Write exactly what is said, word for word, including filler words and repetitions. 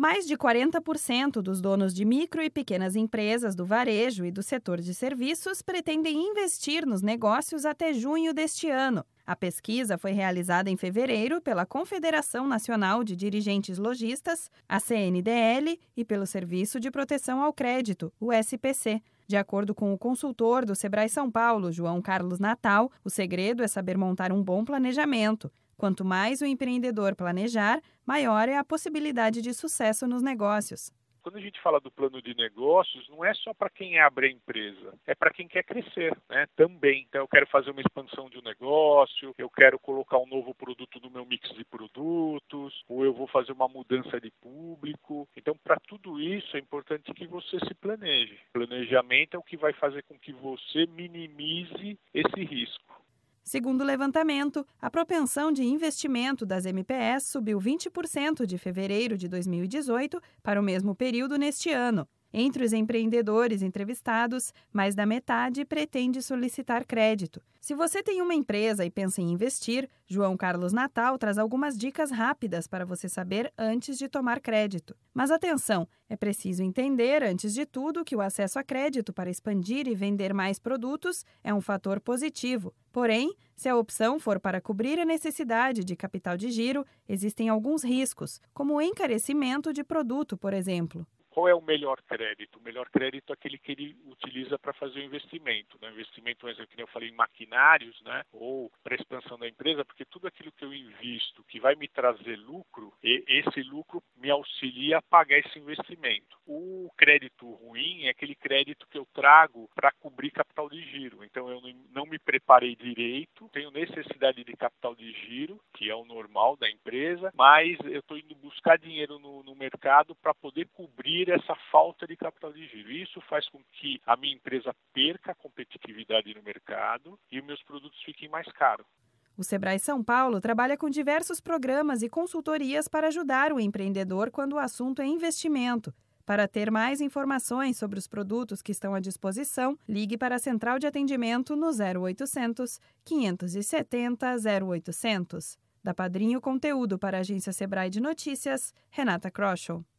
Mais de quarenta por cento dos donos de micro e pequenas empresas do varejo e do setor de serviços pretendem investir nos negócios até junho deste ano. A pesquisa foi realizada em fevereiro pela Confederação Nacional de Dirigentes Lojistas, a C N D L, e pelo Serviço de Proteção ao Crédito, o S P C. De acordo com o consultor do Sebrae São Paulo, João Carlos Natal, o segredo é saber montar um bom planejamento. Quanto mais o empreendedor planejar, maior é a possibilidade de sucesso nos negócios. Quando a gente fala do plano de negócios, não é só para quem abre a empresa, é para quem quer crescer, né? Também. Então, eu quero fazer uma expansão de um negócio, eu quero colocar um novo produto no meu mix de produtos, ou eu vou fazer uma mudança de público. Então, para tudo isso, é importante que você se planeje. Planejamento é o que vai fazer com que você minimize esse risco. Segundo o levantamento, a propensão de investimento das M P S subiu vinte por cento de fevereiro de dois mil e dezoito para o mesmo período neste ano. Entre os empreendedores entrevistados, mais da metade pretende solicitar crédito. Se você tem uma empresa e pensa em investir, João Carlos Natal traz algumas dicas rápidas para você saber antes de tomar crédito. Mas atenção, é preciso entender, antes de tudo, que o acesso a crédito para expandir e vender mais produtos é um fator positivo. Porém, se a opção for para cobrir a necessidade de capital de giro, existem alguns riscos, como o encarecimento de produto, por exemplo. Qual é o melhor crédito? O melhor crédito é aquele que ele utiliza para fazer o investimento. Né? Investimento, por exemplo, que eu falei, em maquinários, né? Ou para a expansão da empresa, porque tudo aquilo que eu invisto que vai me trazer lucro, e esse lucro me auxilia a pagar esse investimento. O crédito ruim é aquele crédito que eu trago para cobrir capital de giro. Então, eu não me preparei direito, tenho necessidade de capital de giro, que é o normal da empresa, mas eu estou indo buscar dinheiro no, no mercado para poder cobrir essa falta de capital de giro. Isso faz com que a minha empresa perca a competitividade no mercado e os meus produtos fiquem mais caros. O Sebrae São Paulo trabalha com diversos programas e consultorias para ajudar o empreendedor quando o assunto é investimento. Para ter mais informações sobre os produtos que estão à disposição, ligue para a Central de Atendimento no zero oitocentos, quinhentos e setenta, zero oitocentos. Da Padrinho Conteúdo para a Agência Sebrae de Notícias, Renata Kroschel.